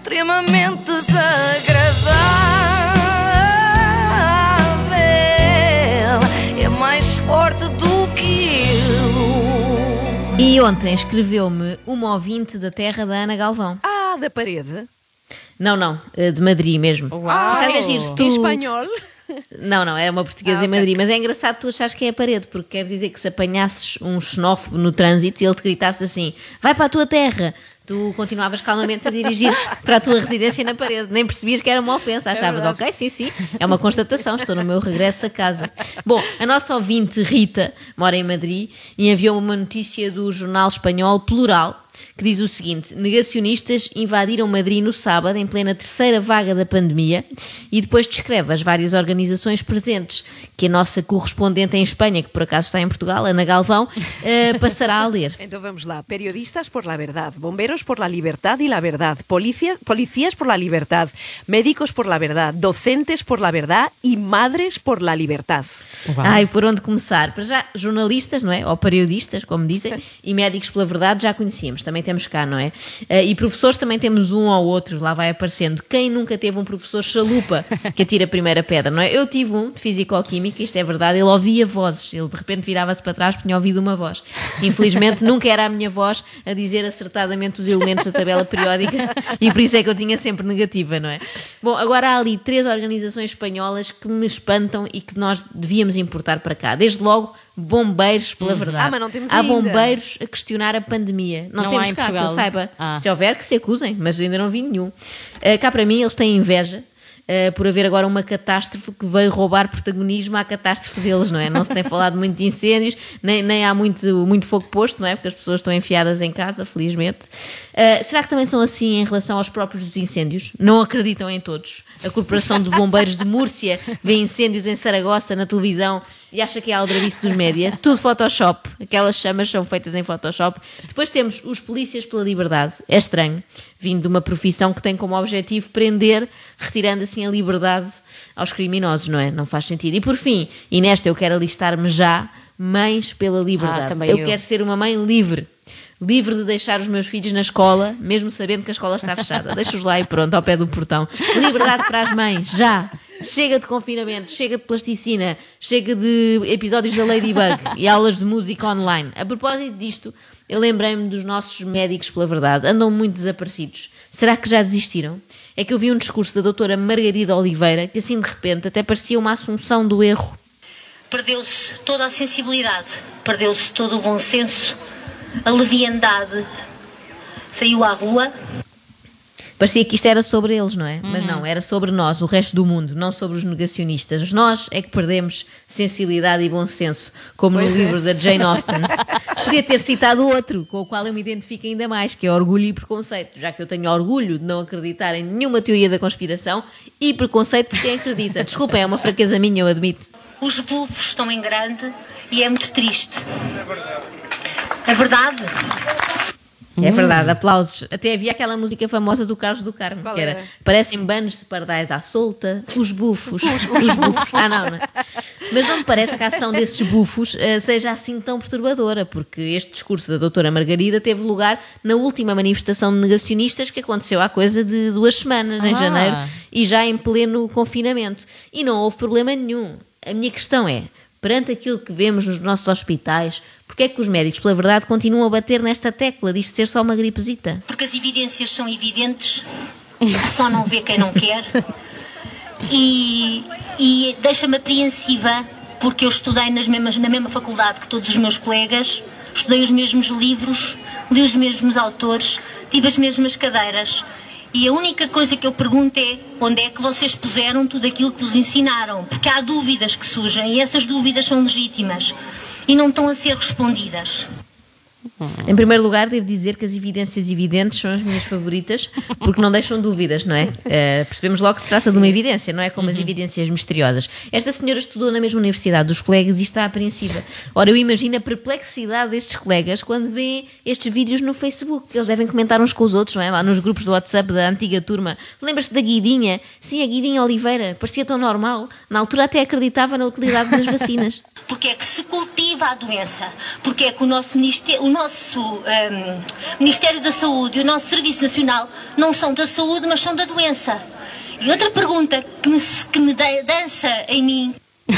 extremamente desagradável. É mais forte do que eu. E ontem escreveu-me uma ouvinte da terra da Ana Galvão. Ah, da parede? Não, de Madrid mesmo. Uau! É giro, se tu... Em espanhol? Não, é uma portuguesa em ok. Madrid, mas é engraçado tu achares que é a parede, porque quer dizer que se apanhasses um xenófobo no trânsito e ele te gritasse assim, vai para a tua terra, tu continuavas calmamente a dirigir-te para a tua residência na parede, nem percebias que era uma ofensa, achavas, ok, sim, é uma constatação, estou no meu regresso a casa. Bom, a nossa ouvinte Rita mora em Madrid e enviou uma notícia do jornal espanhol Plural, que diz o seguinte: negacionistas invadiram Madrid no sábado, em plena terceira vaga da pandemia, e depois descreve as várias organizações presentes, que a nossa correspondente em Espanha, que por acaso está em Portugal, Ana Galvão, passará a ler. Então vamos lá. Periodistas por la verdad, bomberos por la libertad y la verdad, policías por la libertad, médicos por la verdad, docentes por la verdad y madres por la libertad. Ai, por onde começar? Para já, jornalistas, não é? Ou periodistas, como dizem, e médicos pela verdade já conhecíamos, também temos cá, não é? E professores também temos um ou outro, lá vai aparecendo. Quem nunca teve um professor chalupa que atira a primeira pedra, não é? Eu tive um de Fisicoquímica, isto é verdade, ele ouvia vozes, ele de repente virava-se para trás porque tinha ouvido uma voz. Infelizmente nunca era a minha voz a dizer acertadamente os elementos da tabela periódica e por isso é que eu tinha sempre negativa, não é? Bom, agora há ali 3 organizações espanholas que me espantam e que nós devíamos importar para cá. Desde logo, bombeiros pela verdade. Mas não temos há ainda. Bombeiros a questionar a pandemia. Não temos há em cá, que eu Portugal. saiba. Se houver, que se acusem, mas ainda não vi nenhum. Cá para mim, eles têm inveja por haver agora uma catástrofe que veio roubar protagonismo à catástrofe deles, não é? Não se tem falado muito de incêndios, nem há muito fogo posto, não é? Porque as pessoas estão enfiadas em casa, felizmente. Será que também são assim em relação aos próprios dos incêndios? Não acreditam em todos? A Corporação de Bombeiros de Múrcia vê incêndios em Saragossa na televisão e acha que é a aldrabice dos média. Tudo Photoshop. Aquelas chamas são feitas em Photoshop. Depois temos os polícias pela liberdade. É estranho, vindo de uma profissão que tem como objetivo prender, retirando assim a liberdade aos criminosos, não é? Não faz sentido. E por fim, e nesta eu quero alistar-me já, mães pela liberdade. Também eu eu. quero ser uma mãe livre de deixar os meus filhos na escola, mesmo sabendo que a escola está fechada. Deixo-os lá e pronto, ao pé do portão. Liberdade para as mães, já! Chega de confinamento, chega de plasticina, chega de episódios da Ladybug e aulas de música online. A propósito disto, eu lembrei-me dos nossos médicos pela verdade. Andam muito desaparecidos. Será que já desistiram? É que eu vi um discurso da doutora Margarida Oliveira que assim de repente até parecia uma assunção do erro. Perdeu-se toda a sensibilidade, perdeu-se todo o bom senso, a leviandade, saiu à rua. Parecia que isto era sobre eles, não é? Mas não, era sobre nós, o resto do mundo, não sobre os negacionistas. Nós é que perdemos sensibilidade e bom senso, como no livro da Jane Austen. Podia ter citado outro, com o qual eu me identifico ainda mais, que é Orgulho e Preconceito, já que eu tenho orgulho de não acreditar em nenhuma teoria da conspiração e preconceito por quem acredita. Desculpem, é uma fraqueza minha, eu admito. Os bufos estão em grande e é muito triste. É verdade. É verdade, aplausos. Até havia aquela música famosa do Carlos do Carmo, que era parecem bandos de pardais à solta, os bufos. Os bufos. Não. Mas não me parece que a ação desses bufos seja assim tão perturbadora, porque este discurso da doutora Margarida teve lugar na última manifestação de negacionistas que aconteceu há coisa de 2 semanas, em janeiro, e já em pleno confinamento. E não houve problema nenhum. A minha questão é, perante aquilo que vemos nos nossos hospitais, porque é que os médicos, pela verdade, continuam a bater nesta tecla disto ser só uma gripezita? Porque as evidências são evidentes, só não vê quem não quer. E deixa-me apreensiva, porque eu estudei na mesma faculdade que todos os meus colegas, estudei os mesmos livros, li os mesmos autores, tive as mesmas cadeiras. E a única coisa que eu pergunto é onde é que vocês puseram tudo aquilo que vos ensinaram? Porque há dúvidas que surgem e essas dúvidas são legítimas e não estão a ser respondidas. Em primeiro lugar, devo dizer que as evidências evidentes são as minhas favoritas, porque não deixam dúvidas, não é? Percebemos logo que se trata de uma evidência, não é como as evidências misteriosas. Esta senhora estudou na mesma universidade dos colegas e está apreensiva. Ora, eu imagino a perplexidade destes colegas quando veem estes vídeos no Facebook. Eles devem comentar uns com os outros, não é? Lá nos grupos do WhatsApp da antiga turma. Lembras-te da Guidinha? Sim, a Guidinha Oliveira. Parecia tão normal. Na altura até acreditava na utilidade das vacinas. Porque é que se cultiva a doença? Porque é que o nosso nosso Ministério da Saúde e o nosso Serviço Nacional não são da saúde, mas são da doença. E outra pergunta que me dança em mim...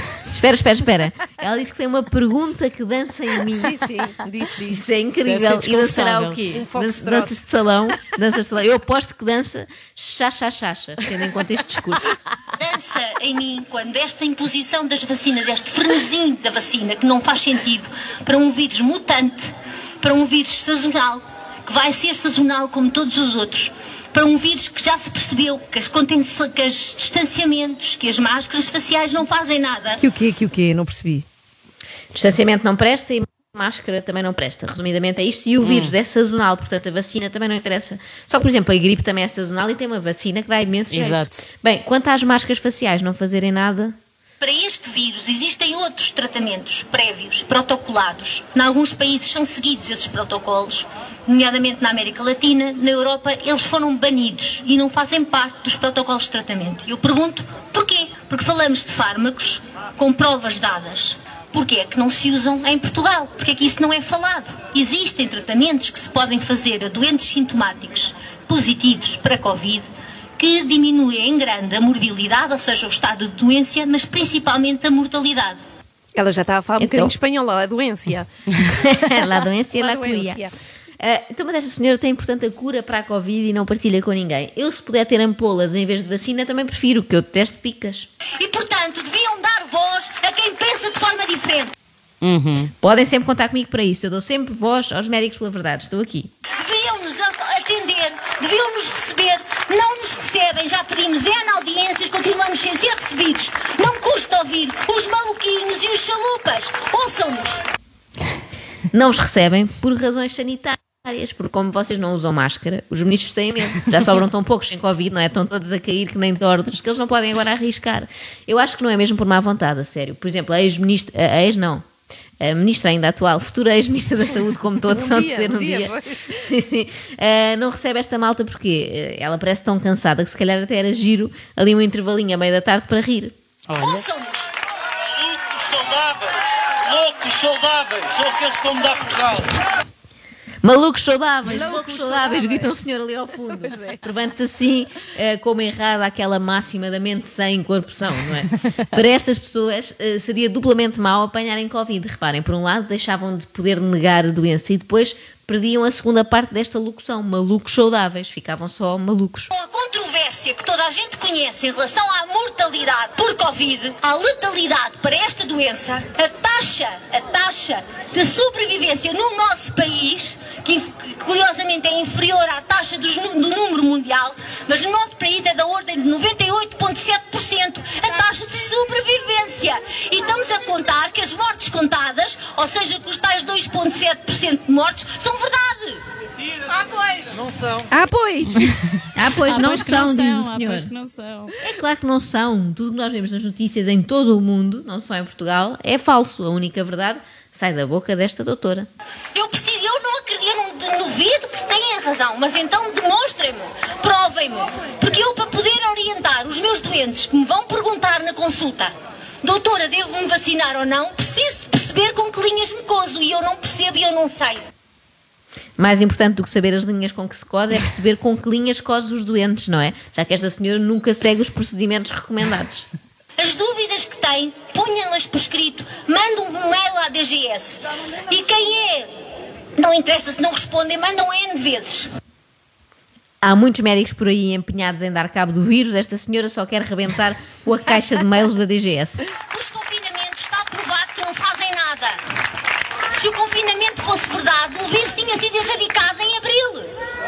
Espera. Ela disse que tem uma pergunta que dança em mim. Sim, disse. Isso é incrível. E dançará o quê? Danças de salão? Eu aposto que dança chacha, tendo em conta este discurso. Dança em mim quando esta imposição das vacinas, este frenesim da vacina, que não faz sentido, para um vírus mutante, para um vírus sazonal, que vai ser sazonal como todos os outros, para um vírus que já se percebeu que os distanciamentos, que as máscaras faciais não fazem nada. Que o quê? Não percebi. Distanciamento não presta e máscara também não presta. Resumidamente é isto. E o vírus é sazonal, portanto a vacina também não interessa. Só que, por exemplo, a gripe também é sazonal e tem uma vacina que dá imenso jeito. Exato. Bem, quanto às máscaras faciais não fazerem nada... Para este vírus existem outros tratamentos prévios, protocolados. Em alguns países são seguidos esses protocolos, nomeadamente na América Latina, na Europa, eles foram banidos e não fazem parte dos protocolos de tratamento. Eu pergunto, porquê? Porque falamos de fármacos com provas dadas. Porquê é que não se usam em Portugal? Porquê é que isso não é falado? Existem tratamentos que se podem fazer a doentes sintomáticos positivos para Covid, que diminuem em grande a morbilidade, ou seja, o estado de doença, mas principalmente a mortalidade. Ela já estava a falar um bocadinho espanhol, a doença. La doença e la curia. Então, mas esta senhora tem, portanto, a cura para a Covid e não partilha com ninguém. Eu, se puder ter ampolas em vez de vacina, também prefiro, que eu detesto picas. E, portanto, deviam dar voz a quem pensa de forma diferente. Podem sempre contar comigo para isso. Eu dou sempre voz aos médicos pela verdade. Estou aqui. Deviam-nos atender, deviam-nos receber. Não nos recebem, já pedimos audiências, continuamos sem ser recebidos. Não custa ouvir os maluquinhos e os chalupas. Ouçam-nos. Não os recebem por razões sanitárias, porque como vocês não usam máscara, os ministros têm medo. Já sobram tão poucos sem Covid, não é? Estão todos a cair que nem tordos, que eles não podem agora arriscar. Eu acho que não é mesmo por má vontade, a sério. Por exemplo, a ministra ainda atual, futura ex-ministra da Saúde, como todos são de ser um dia. Sim. Não recebe esta malta porque ela parece tão cansada que se calhar até era giro ali um intervalinho à meia da tarde para rir. Ouçam-nos. Loucos saudáveis, são aqueles que vão mudar Portugal. Malucos saudáveis, loucos saudáveis, grita um senhor ali ao fundo. Levante-se assim, como errada aquela máxima da mente sem corpo são, não é? Para estas pessoas seria duplamente mau apanharem Covid. Reparem, por um lado deixavam de poder negar a doença e depois perdiam a segunda parte desta locução, malucos saudáveis, ficavam só malucos. Com a controvérsia que toda a gente conhece em relação à mortalidade por Covid, à letalidade para esta doença, a taxa de sobrevivência no nosso país, que curiosamente é inferior à taxa do número mundial, mas no nosso país é da ordem de 98,7% a taxa de sobrevivência. E estamos a contar que as mortes contadas, ou seja, que os tais 2,7% de mortes, são verdade. Não são. Não são, diz o senhor. Pois que não são. É claro que não são. Tudo que nós vemos nas notícias em todo o mundo, não só em Portugal, é falso. A única verdade sai da boca desta doutora. Eu não acredito, eu não duvido que tenham razão, mas então demonstrem-me, provem-me, porque eu, para poder orientar os meus doentes que me vão perguntar na consulta, doutora, devo-me vacinar ou não, preciso perceber com que linhas me coso, e eu não percebo e eu não sei. Mais importante do que saber as linhas com que se cose é perceber com que linhas cose os doentes, não é? Já que esta senhora nunca segue os procedimentos recomendados. As dúvidas que têm, ponham-las por escrito, mandam um mail à DGS. E quem não interessa se não respondem, mandam N vezes. Há muitos médicos por aí empenhados em dar cabo do vírus. Esta senhora só quer rebentar com a caixa de mails da DGS. Os confinamentos está provado que não fazem nada. Se o confinamento fosse verdade, o vírus tinha sido erradicado em abril.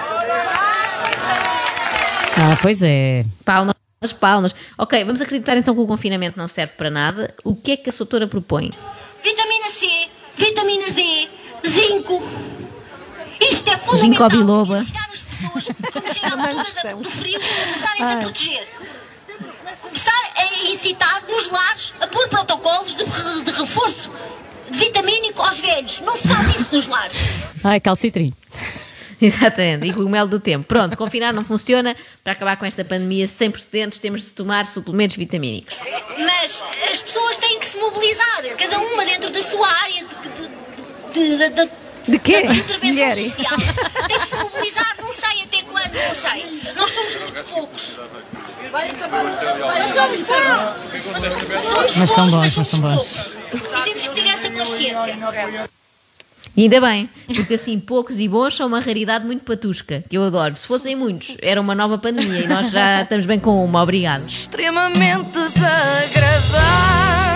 Pois é. Palmas. Ok, vamos acreditar então que o confinamento não serve para nada. O que é que a doutora propõe? Vitamina C, vitamina D, zinco. Isto é fundamental. Ginkgo biloba. Ensinar as pessoas, quando chega a altura do frio, começarem-se a proteger. Começar a incitar nos lares a pôr protocolos de reforço vitamínico aos velhos. Não se faz isso nos lares. Calcitrim. Exatamente, e cogumelo do tempo. Pronto, confinar não funciona. Para acabar com esta pandemia sem precedentes, temos de tomar suplementos vitamínicos. Mas as pessoas têm que se mobilizar, cada uma dentro da sua área De quê? Intervenção Mulheres. social. Tem que se mobilizar, não sei até quando, não sei. Nós somos muito poucos. Mas são bons, mas mas são somos bons. poucos. E temos que ter essa consciência. E ainda bem, porque assim poucos e bons são uma raridade muito patusca, que eu adoro. Se fossem muitos, era uma nova pandemia e nós já estamos bem com uma, obrigado. Extremamente desagradável.